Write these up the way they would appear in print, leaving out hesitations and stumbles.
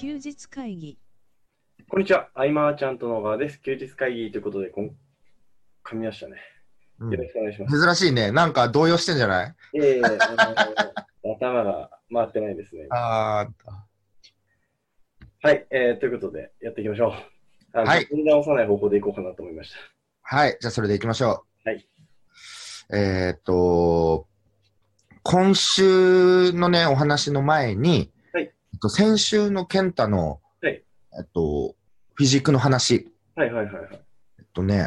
休日会議。 こんにちは。アイマーちゃんと野川です。休日会議ということで、噛みましたね。よろしくお願いします。 珍しいね。なんか動揺してんじゃない？ 頭が回ってないですね。 はい、 ということで、やっていきましょう。 はい。 取り直さない方向でいこうかなと思いました。 はい。じゃあ、それでいきましょう。はい。 今週のね、お話の前に、 はい。 先週の健太の、 はい。 フィジックの話。 はいはいはいはい。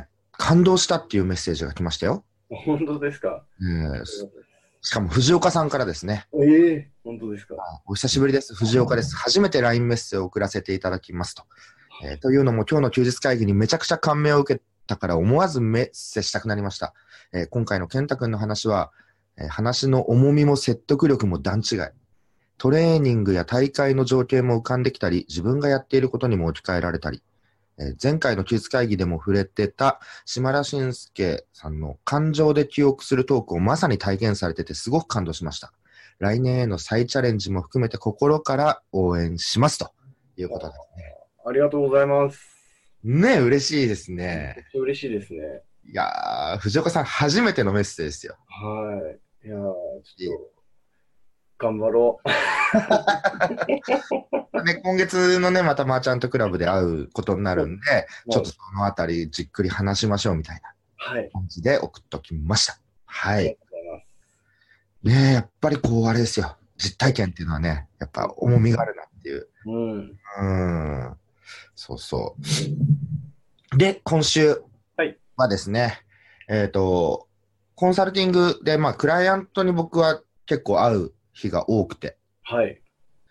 感動したっていうメッセージが来ましたよ。 本当ですか？ しかも藤岡さんからですね。 本当ですか？ お久しぶりです。藤岡です。初めて LINE メッセージを送らせていただきますと。というのも今日の休日会議にめちゃくちゃ感銘を受けたから思わずメッセージしたくなりました。今回の健太くんの話は、話の重みも説得力も段違い。トレーニングや大会の情景も浮かんできたり、自分がやっていることにも置き換えられたり、前回の休日会議でも触れてた島田紳介さんの感情で記憶するトークをまさに体現されててすごく感動しました。来年への再チャレンジも含めて心から応援しますということですね。 ありがとうございます。 ね、嬉しいですね。 嬉しいですね。 いやー、藤岡さん初めてのメッセージですよ。 はい。いやー、ちょっと頑張ろう。ね、今月のね、またマーチャントクラブで会うことになるんで、ちょっとそのあたりじっくり話しましょうみたいな感じで送っときました。はい。ありがとうございます。ねえ、やっぱりこうあれですよ。実体験っていうのはね、やっぱ重みがあるなっていう。そうそう。で、今週はですね、コンサルティングで、クライアントに僕は結構会う日が多くて、 はい。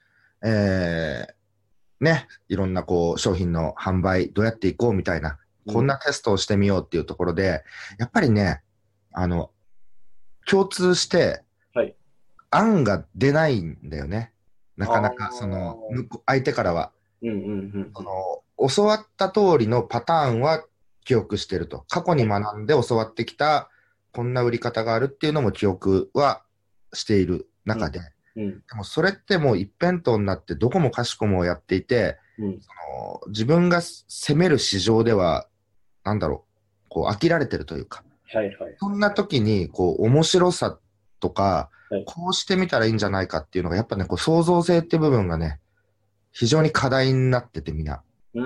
ね、いろんなこう商品の販売どうやっていこうみたいな、こんなテストをしてみようっていうところで、やっぱりね、共通して、案が出ないんだよね。なかなか、相手からは。教わった通りのパターンは記憶してると。過去に学んで教わってきた、こんな売り方があるっていうのも記憶はしている中で、でもそれってもう一辺倒になってどこもかしこもやっていて、自分が攻める市場では、こう飽きられてるというか、そんな時にこう面白さとか、こうしてみたらいいんじゃないかっていうのが、やっぱね、こう創造性っていう部分がね、非常に課題になっててみんな。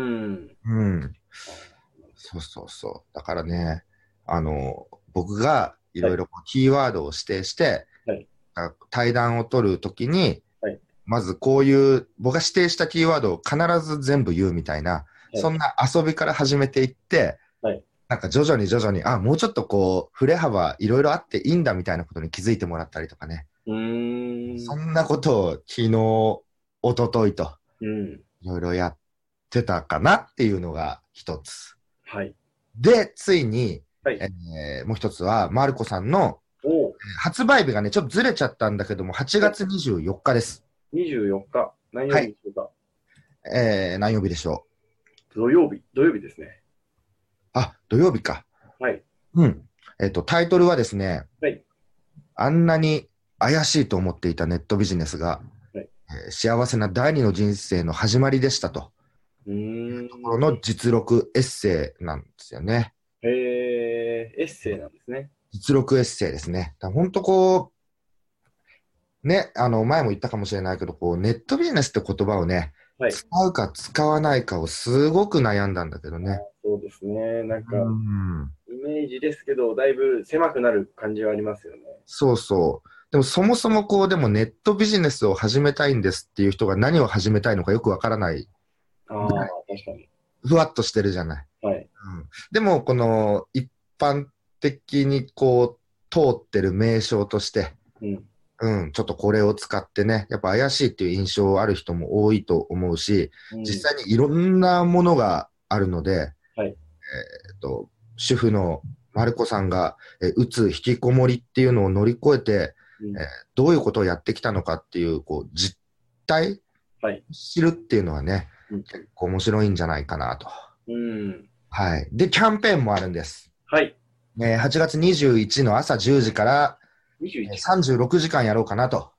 そうそうそう。だからね、僕がいろいろキーワードを指定して、対談を取るときに、まずこういう、僕が指定したキーワードを必ず全部言うみたいな、そんな遊びから始めていって、なんか徐々に、もうちょっとこう、振れ幅いろいろあっていいんだみたいなことに気づいてもらったりとかね。そんなことを昨日、一昨日と、いろいろやってたかなっていうのが一つ。で、ついに、もう一つは、マルコさんの発売日がね、ちょっとずれちゃったんだけども、8月24日です。 24日。何曜日でしょうか？ 何曜日でしょう？土曜日ですね。 土曜日か。タイトルはですね、あんなに怪しいと思っていたネットビジネスが、幸せな第二の人生の始まりでしたと。いうところの実録エッセイなんですよね。 エッセイなんですね。 実録エッセイですね。本当こう、ね、前も言ったかもしれないけど、こう、ネットビジネスって言葉をね、使うか使わないかをすごく悩んだんだけどね。 そうですね。なんか、イメージですけど、だいぶ狭くなる感じはありますよね。 そうそう。でもそもそもこう、でもネットビジネスを始めたいんですっていう人が何を始めたいのかよくわからない。 確かに。 ふわっとしてるじゃない。でも、この一般的にこう、通ってる名称として、ちょっとこれを使ってね、やっぱ怪しいっていう印象ある人も多いと思うし、実際にいろんなものがあるので、主婦のマルコさんが、うつ引きこもりっていうのを乗り越えて、どういうことをやってきたのかっていう、こう、実態、知るっていうのはね、結構面白いんじゃないかなと。で、キャンペーンもあるんです。8月21の朝10時から36時間やろうかなと。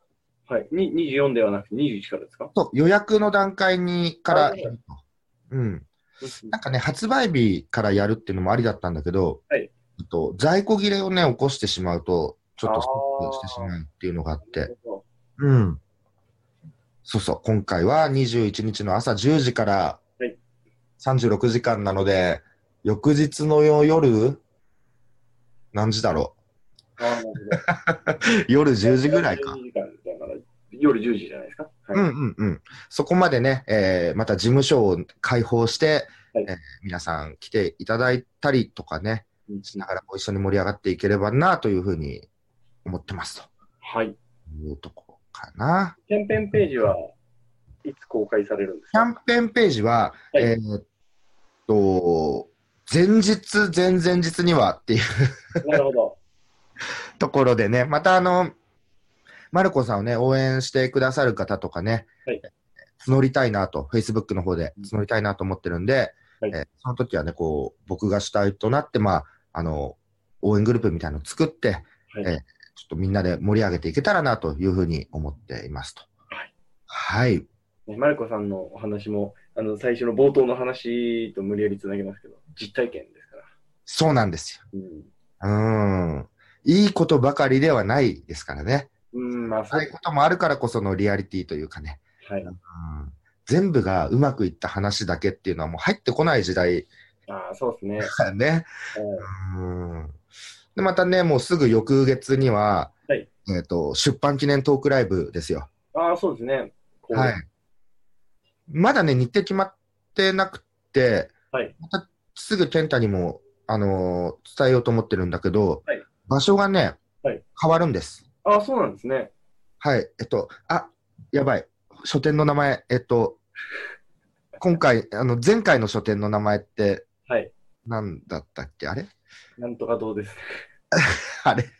はい。24ではなくて21からですか？ そう、予約の段階からやると。うん。なんかね、発売日からやるっていうのもありだったんだけど、 はい。 在庫切れをね、起こしてしまうと、ちょっあとストップしてしまあ、 うっていうのがあっなて、 るほうん。そうそう、今回は21日の朝10時からど。はい。 36時間なので、翌日の夜、何時だろああ、なるほど。 う。夜10時ぐらい 12 か。 時間だから、夜10時じゃないですか。はうんい。 うんうん。そこまでね、また事務所を開放して、 はい。 皆さん来ていただいたりとかね、 うんうん、 しながら一緒に盛り上がっていければなというふうに思ってますとはい。 いうところかな。 キャンペーンページはいつ公開されるんですキャか？ ンペーンページは、 はい。 と、前日、前々日にはっていうなるほど。 ところでね、またマルコさんをね、応援してくださる方とかね、 はい。 募りたいなと、Facebook の方で募りたいなと思ってるんで、 はい。 その時はね、こう、僕が主体となって、まあ、応援グループみたいなのを作って、 はい。 ちょっとみんなで盛り上げていけたらなというふうに思っていますと。 はい。 はい。 ね、マルコさんのお話も、最初の冒頭の話と無理やりつなげますけど、実体験ですから。 そうなんですうん。 よ。いいことばかりではないですからね。 うん、まあそうです。 ああいうこともあるからこそのリアリティというかね。 はい。 全部がうまくいった話だけっていうのはもう入ってこない時代ああ、そうですね。 だね。 はい。 で、またね、もうすぐ翌月には、 はい。 出版記念トークライブですよ。 ああ、そうですね。恒例。 はい。まだね、日程決まってなくて、 はい。 またすぐ健太にも、伝えようと思ってるんだけど、 はい。 場所がね、 はい。 変わるんです。 ああ、そうなんですね。 はい。やばい。書店の名前、今回、前回の書店の名前って、 はい。 何だったっけあれなんとかどうです。 あれ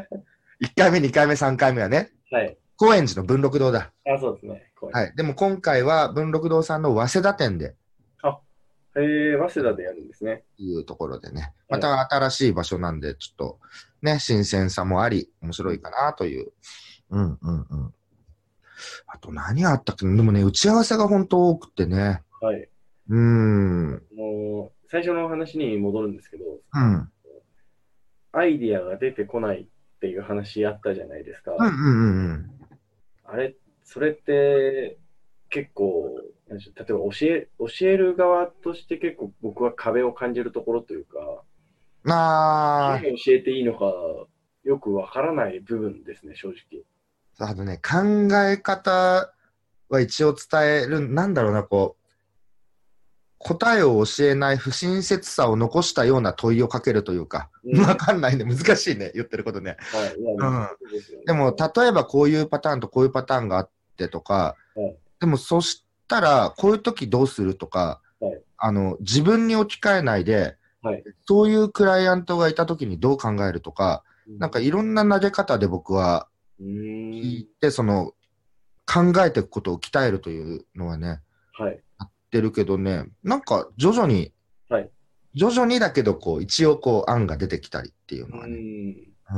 ?1 回目、2回目、3回目はね、 はい。 高円寺の文録堂だ。 ああ、そうですね。 はい。でも今回は文禄堂さんの早稲田店で、 あ、早稲田でやるんですね。 いうところでね、まはい。 た新しい場所なんで、ちょっとね、新鮮さもあり、面白いかなという。うんうんうん。あと何があったっけでもね、打ち合わせが本当多くてね。 はい。 うーん。うん。 最初の話に戻るんですけど、 うんアイディアが出てこないっていう話あったじゃないですか。 うんうんうん。 あれ、それって結構、なんでしょう、例えば教える側として結構僕は壁を感じるところというか、 あ何を教えていいのかよくわからない部分ですね、正直。 あとね、考え方は一応伝える、なんだろうな、こう、答えを教えない不親切さを残したような問いをかけるというか、 うん。 わかんないね、難しいね、言ってることね。 はい。いや、難しうん。 いですよね。 でも、例えばこういうパターンとこういうパターンがあってとか、 はい。 でもそしたら、こういう時どうするとか、 はい。 自分に置き換えないで、 はい。 そういうクライアントがいた時にどう考えるとか、 うん。 なんかいろんな投げ方で僕はうーん。 聞いて、考えていくことを鍛えるというのはね、 はい。 やってるけどね、なんかはい。 徐々にだけど、こう、一応こう、案が出てきたりっていううのはね。 ーん。 うん。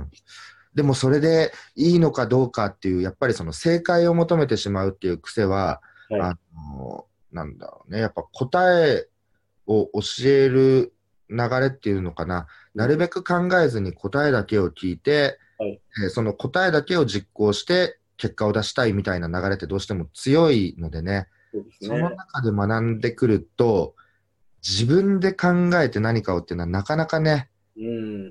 でもそれでいいのかどうかっていう、やっぱりその正解を求めてしまうっていう癖は、 はい。 なんだろうね。やっぱ答えを教える流れっていうのかな。 うん。 なるべく考えずに答えだけを聞いて、 はい。 その答えだけを実行して結果を出したいみたいな流れってどうしても強いのでね。 そうですそのね。 中で学んでくると、自分で考えて何かをっていうのはなかなかね、 うん。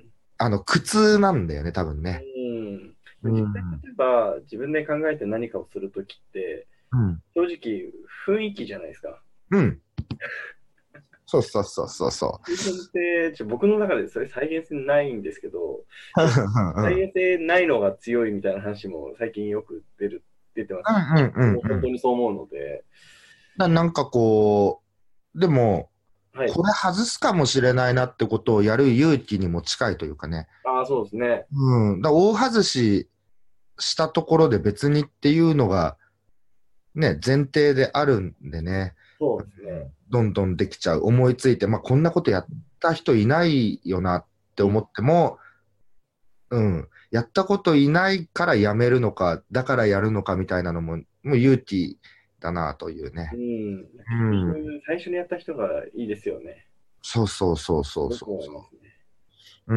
苦痛なんだよね、多分うね。 ん。 う実際、 ん。 例えば自分で考えて何かをするときって、 うん。 正直雰囲気じゃないですか。 うん。そうそうそうそうそ再現性、僕の中でそれ再現性ないんですけど、 う。うでもんうん再現性ないのが強いみたいな話も最近よく出てますし、 うんうんうん。 もう本当にそう思うので、 なんかこう、でも、 はい。 これ外すかもしれないなってことをやる勇気にも近いというかね。 ああ、そうですね。 うん。大外ししたところで別にっていうのがね、前提であるんでね。 そうですね。 どんどんできちゃう。思いついて、まあ、こんなことやった人いないよなってうん。 思っても、うん。 やったこといないからやめるのか、だからやるのかみたいなのも、もう勇気だなといううね。 ん。 う結ん。 局、最初にやった人がいいですよね。 そうそうそうそうよくそうそ思いますね。 う。うん。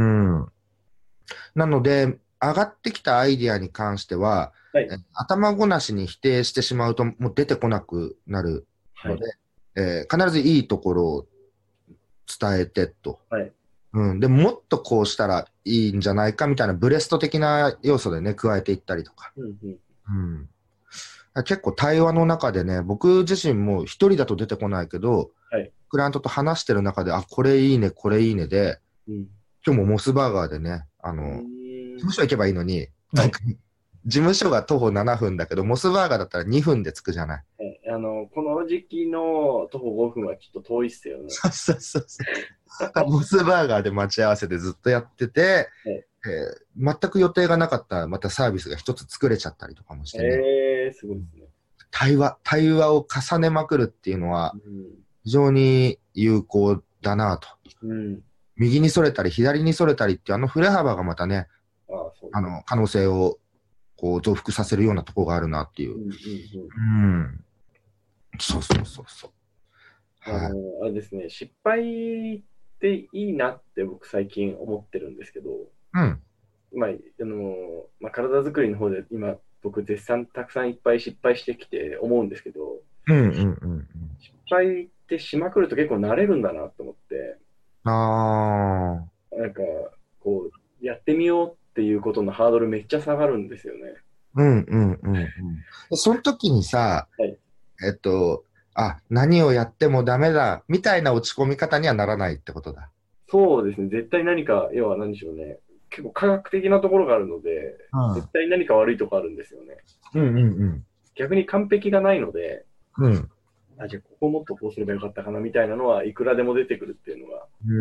なので、上がってきたアイディアに関しては、 はい。 頭ごなしに否定してしまうと、もう出てこなくなるので、 はい。 必ずいいところを伝えてと。 はい。 うん。で、もっとこうしたらいいんじゃないかみたいなブレスト的な要素でね、加えていったりとか。 うんうん。 うん。結構対話の中でね、僕自身も一人だと出てこないけど、 はい。 クライアントと話してる中で、あ、これいいね、これいいねで、 うん。 今日もモスバーガーでね、 う事ーん。 務所行けばいいのに、 はい。 事務所が徒歩7分だけど、モスバーガーだったら2分で着くじゃない。 はい、この時期の徒歩5分はちょっと遠いっすよね。 そうそうそうそう。だからモスバーガーで待ち合わせでずっとやってて、 はい。 全く予定がなかったらまたサービスが一つ作れちゃったりとかもしてね、 すごいですね。 対話を重ねまくるっていうのはうん。 非常に有効だなと。 うん。 右にそれたり左にそれたりっていうあの振れ幅がまたね、 ああ、そうですね。 可能性をこう増幅させるようなところがあるなっていう。 うんうんうん。そうそうそうそう。 うん。 はい。 あれですね、失敗っていいなって僕最近思ってるんですけど、 うん。 まあ、体作りの方で今僕絶賛たくさんいっぱい失敗してきて思うんですけど、 うんうんうん失敗ってしまくると結構慣れるんだなと思って、 うん。ああ。 なんか、こう、やってみようっていうことのハードルめっちゃ下がるんですよね。 うんうんうんうん。でその時にさ、 はい。 えっと、何をやってもダメだ、みたいな落ち込み方にはならないってことだ。 そうですね。絶対何か、要は何でしょうね。結構科学的なところがあるので、絶対何か悪いところあるんですよね。 うんうんうん逆に完璧がないので、 うん。 じゃあここもっとこうすればよかったかなみたいなのはいくらでも出てくるっていうのがうん。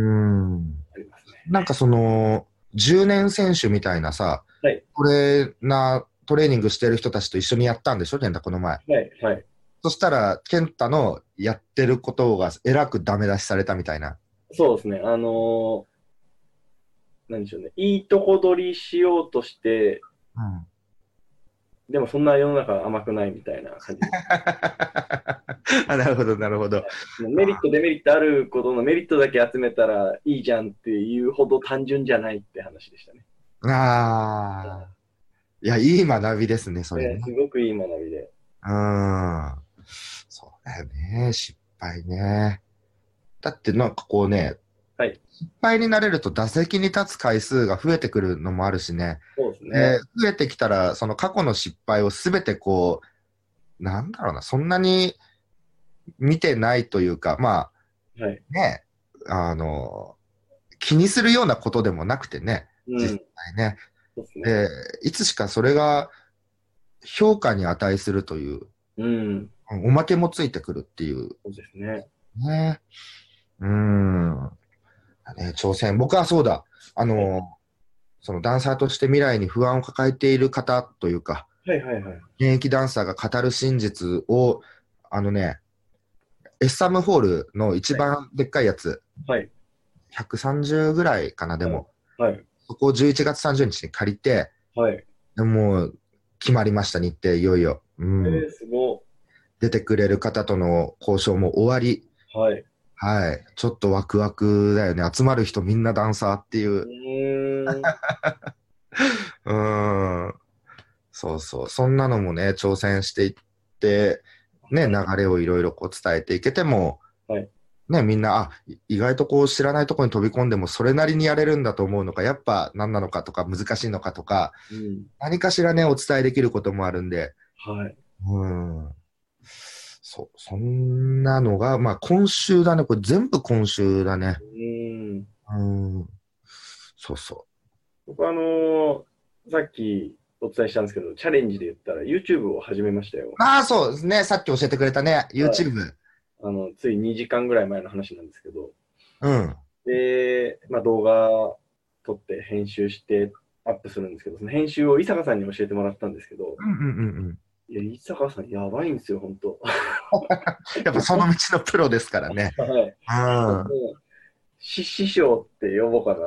ありますね。 なんかその、10年選手みたいなさ、 はい。 トレーニングしてる人たちと一緒にやったんでしょ、健太、この前。 はい。はい。 そしたら、健太のやってることがえらくダメ出しされたみたいな。 そうですね。何でしょうね。いいとこ取りしようとして、 うん。 でもそんな世の中甘くないみたいな感じです。 なるほど、なるほど。 もうメリット、デメリットあることのメリットだけ集めたらいいじゃんっていうほど単純じゃないって話でしたね。 ああ。いや、いい学びですね、それすね。 ごくいい学びで。 うん。そうだよね、失敗ね。だってなんかこうね、 はい。 失敗になれると打席に立つ回数が増えてくるのもあるしね。 そうですね。 増えてきたら、その過去の失敗をすべてこう、なんだろうな、そんなに見てないというか、まはい。 あね、あの、気にするようなことでもなくてね、実うん。 際ね。 そうですね。 で、いつしかそれが評価に値するという、 うん。 おまけもついてくるっていうそうですね。 ね。うーん。挑戦。僕はそうだ。 はい。 そのダンサーとして未来に不安を抱えている方というか、 はいはいはい。 現役ダンサーが語る真実を、あのね、エッサムホールの一はい。 番でっかいやつ、 はい。 130ぐらいかな、ではい。 も、 はい。 そこを11月30日に借りて、 はい。 でもう決まりました、日程、いよいよ。うん。 すご出てくれる方との交渉も終わり、 い。はい。 はい。ちょっとワクワクだよね。集まる人みんなダンサーっていうう。 ーん。 うーん。そうそう。そんなのもね、挑戦していって、ね、 はい。 流れをいろいろこう伝えていけても、 はい。 ね、みんな、意外とこう知らないところに飛び込んでもそれなりにやれるんだと思うのか、やっぱ何なのかとか難しいのかとか、 うん。 何かしらね、お伝えできることもあるんで、 はい。 うん。そんなのが、まあ今週だね。これ全部今週だね。 うーん。 うん。そうそ僕はさっきお伝えしたんですけど、チャレンジで言ったら YouTube を始めましたよ。 う。そうですね。さっき教えてくれたね。 はい。 YouTube。 つい2時間ぐらい前の話なんですけど、 うん。 で、まあ、動画撮って編集してアップするんですけど、その編集を伊坂さんに教えてもらったんですけど、 うんうんうんうん。 いや、伊坂さんやばいんですよ、本当。 やっぱその道のプロですからね。 はい。 うん。 師匠って呼ぼうかなって。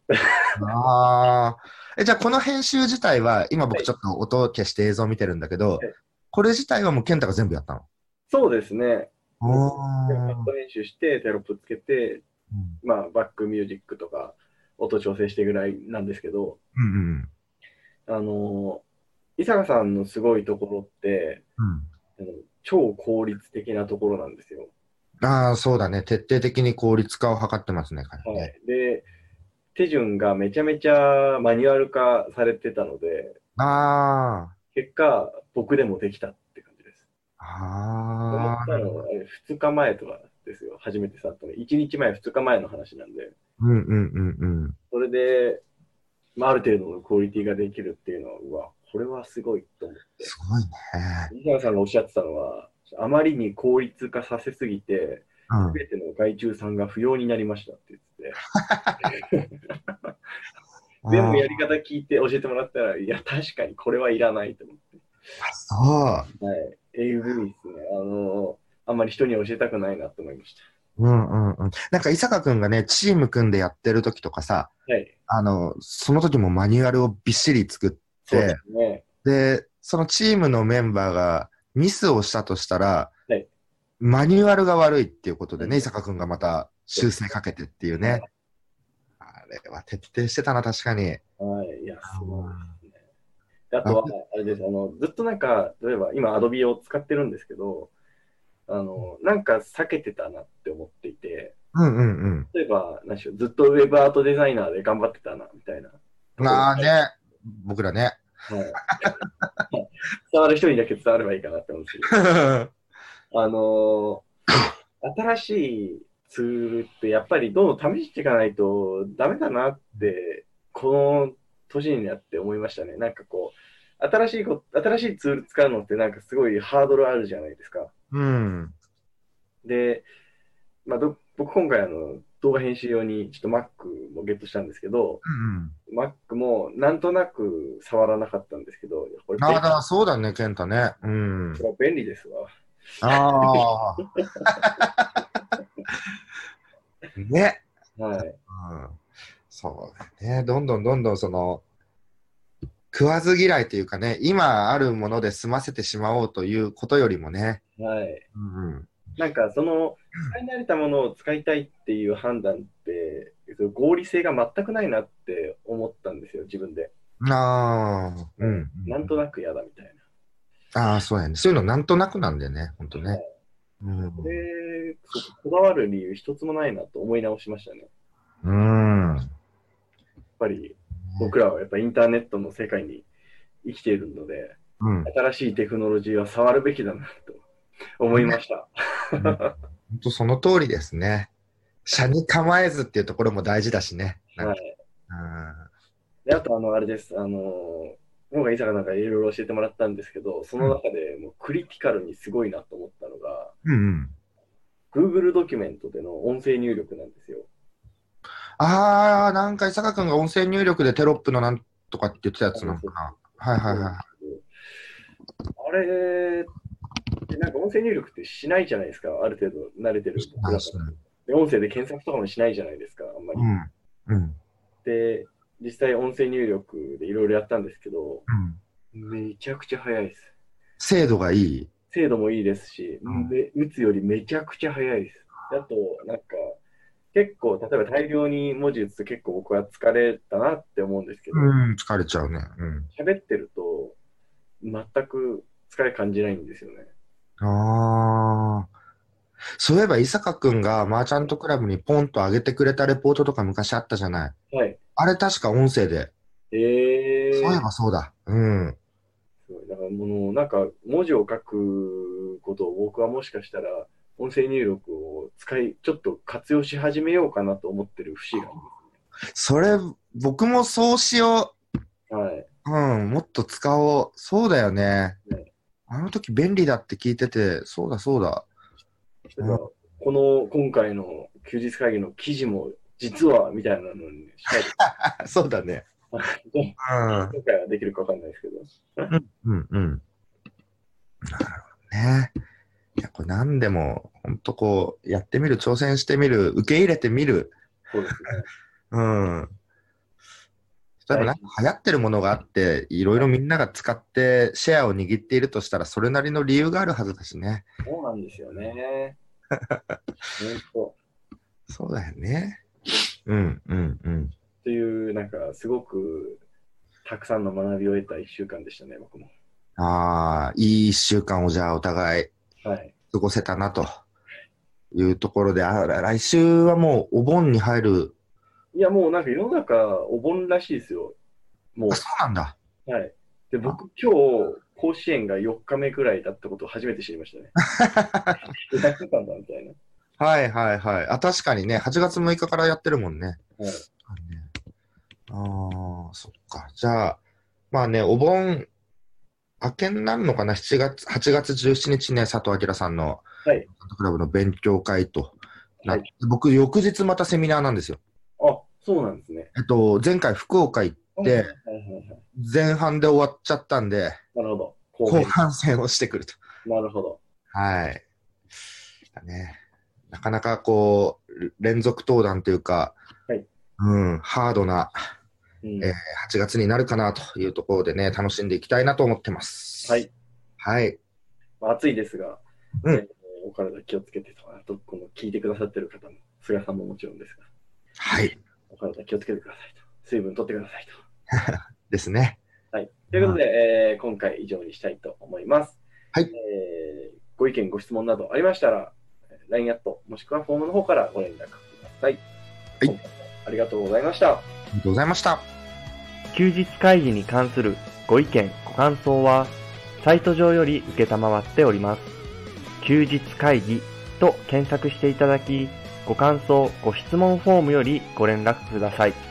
ああ。じゃあこの編集自体は、今はい。 僕ちょっと音を消して映像を見てるんだけど、 はい。 これ自体はもう健太が全部やったの？ そうですね。 お僕がカットー。 編集して、テロップつけて、 うん。 まあ、バックミュージックとか、音調整してぐらいなんですけど、 うんあの、伊坂さんのすごいところって、 うん。 あの超効率的なところなんですよ。 ああ、そうだね。徹底的に効率化を図ってますね、彼ね。 はい。で、手順がめちゃめちゃマニュアル化されてたので、 あ結果、僕でもできたって感じです。思っあ、ああ、 たのは、あれ2日前とかですよ。初めて触ったの。1日前、2日前の話なんで、 うんうんうんうん。 それで、まあ、ある程度のクオリティができるっていうのは、うわ、これはすごいと思って。 すごいね。 伊沢さんがおっしゃってたのは、あまりに効率化させすぎて、 うん。 すべての外注さんが不要になりましたって言ってて、全部やりあ方聞いて教えてもらったら、いや、確かにこれはいらないと思って。 あ、そはい。AV ですね。あんまり人に教えたくないなと思いましう。うんうんうん。なんか伊坂くんがね、チーム組んでやってる時とかさ、 た。はい。 その時もマニュアルをびっしり作っそうでて、 すね。 で、そのチームのメンバーがミスをしたとしたら、 はい。 マニュアルが悪いっていうことうん。 でね、伊坂くんがまた修そうです。 正かけてっていうね。 はい。 あれは徹底してたな、確かに。 はい。いや、すごいですね。でああ、 とは、あれです。ずっとなんか、例えば今、アドビを使ってるんですけど、なんか避けてたなって思っていて、 うんうん例えば、何でしょう、ずっとウェブアートデザイナーで頑張ってたな、みたいなとうん。 ころが、 ああね、僕らね。 はい。伝わる人にだけ伝わればいいかなって思うんですけど、あの新しいツールってやっぱりどんどん試していかないとダメだなって、この年になって思いましたね。なんかこう、新しいツール使うのってなんかすごいハードルあるじゃないですか。 うん。 で、まあ、僕今回動画編集用にちょっと Mac もゲットしたんですけど、 うん Mac もなんとなく触らなかったんですけど、いやこれうん。ああ、だからそうだね、健太ね。うん。 便利ですわ。 ああ、ね。 はい。 うん。そうだね。どんどんどんどん食わず嫌いというかね、今あるもので済ませてしまおうということよりもね。 はい。 うんうん。 なんか使い慣れたものを使いたいっていう判断って、合理性が全くないなって思ったんですよ、自分で。 ああ、うんうんなんうん。 となく嫌だみたいああ、そうやね。そういうのなんとなくなんでね、ほんとな。はね。 い。 うん。 こだわる理由一つもないなと思い直しましたね。やっうん。 ぱり僕らはやっぱインターネットの世界に生きているので、 うん。 新しいテクノロジーは触るべきだなと思いね。 ました。 うん。ほんとその通りですね。車に構えずっていうところも大事だしね。なんか。 はい。 うん。 で、あとあれです。僕が伊坂なんかいろいろ教えてもらったんですけど、そのうん。 中でもうクリティカルにすごいなと思ったのが、 うんうん。 Google ドキュメントでの音声入力なんですよ。 ああ、なんか伊坂くんが音声入力でテロップのなんとかって言ってたやつなのかそうな。はいはいそうなんではすけど、あれってなんか音声入力ってしないじゃないですか。ある程度慣れてい。 るして僕らから。 ないしてない。 で、音声で検索とかもしないじゃないですか、あんまり。 うん。うん。 で、実際音声入力でいろいろやったんですけど、 うん。 めちゃくちゃ早いです。 精度がいい。 精度もいいですし、 うん。 打つよりめちゃくちゃ早いです。あと、なんか、結構、例えば大量に文字打つと結構僕は疲れたなって思うんですけど、 うん、疲れちゃうね。うん。 喋ってると全く疲れ感じないんですよね。 ああ。そういえば、伊坂くんがマーチャントクラブにポンと上げてくれたレポートとか昔あったじゃない。 はい。 あれ確か音声で。そういええー、 ばそうだ。うん。 すごい。だからなんか文字を書くことを僕はもしかしたら音声入力をちょっと活用し始めようかなと思ってる節がありまそれ、僕もそうしよす。はい。 う。うん、もっと使おう。そうだよね。 ね、 あの時便利だって聞いてて、そうだそうだ。 例えば、今回の休日会議の記事も実はみたいなのにしたいです。 うん、そうだね。うん。 今回はできるかわかんないですけど。 うん、うん、うん。ね。いや、これ何でも、ほんとこう、やってみる、挑戦してみる、受け入れてみる。 そうですね。 うん。 例えばなんか流行ってるものがあって、いろいろみんなが使ってシェアを握っているとしたら、それなりの理由があるはずだしね。 そうなんですよね。本当。 そうだよね。うんうんうん。 という、なんか、すごくたくさんの学びを得た1週間でしたね、僕も。 ああ、いい1週間をじゃあお互い過ごせたなというところで、来週はもうお盆に入る。 いや、もうなんか世の中お盆らしいですよ。もう。 そうなんだ。 はい。で、僕今日、甲子園が4日目くらいだったことを初めて知りましたね。やってたんだ、みたいな。 はいはいはい。確かにね、8月6日からやってるもんね。 はい。 そっか。じゃあ、まあね、お盆明けになるのかな、8月17日ね、佐藤明さんの、クラブの勉強会となって、僕、翌日またセミナーなんですよ。 あ、そうなんですね。 前回福岡行って、前半で終わっちゃったんで、 なるほど。 後半戦をしてくると。 なるほど。 はい。だね。なかなかこう、連続登壇というか、ハードな、8月になるかなというところでね、楽しんでいきたいなと思ってます。 はい。 はい。 暑いですが、お体気をつけてと、あと、この聞いてくださってる方も、菅さんももちろんですが、 はい。 お体気をつけてくださいと。水分取ってくださいと。 ですね。 はい。ということで、今回以上にしたいと思います。 はい。 ご意見、ご質問などありましたら、LINE アット、もしくはフォームの方からご連絡ください。 はい。 ありがとうございました。 ありがとうございました。 休日会議に関するご意見、ご感想は、サイト上より受けたまわっております。休日会議と検索していただき、ご感想、ご質問フォームよりご連絡ください。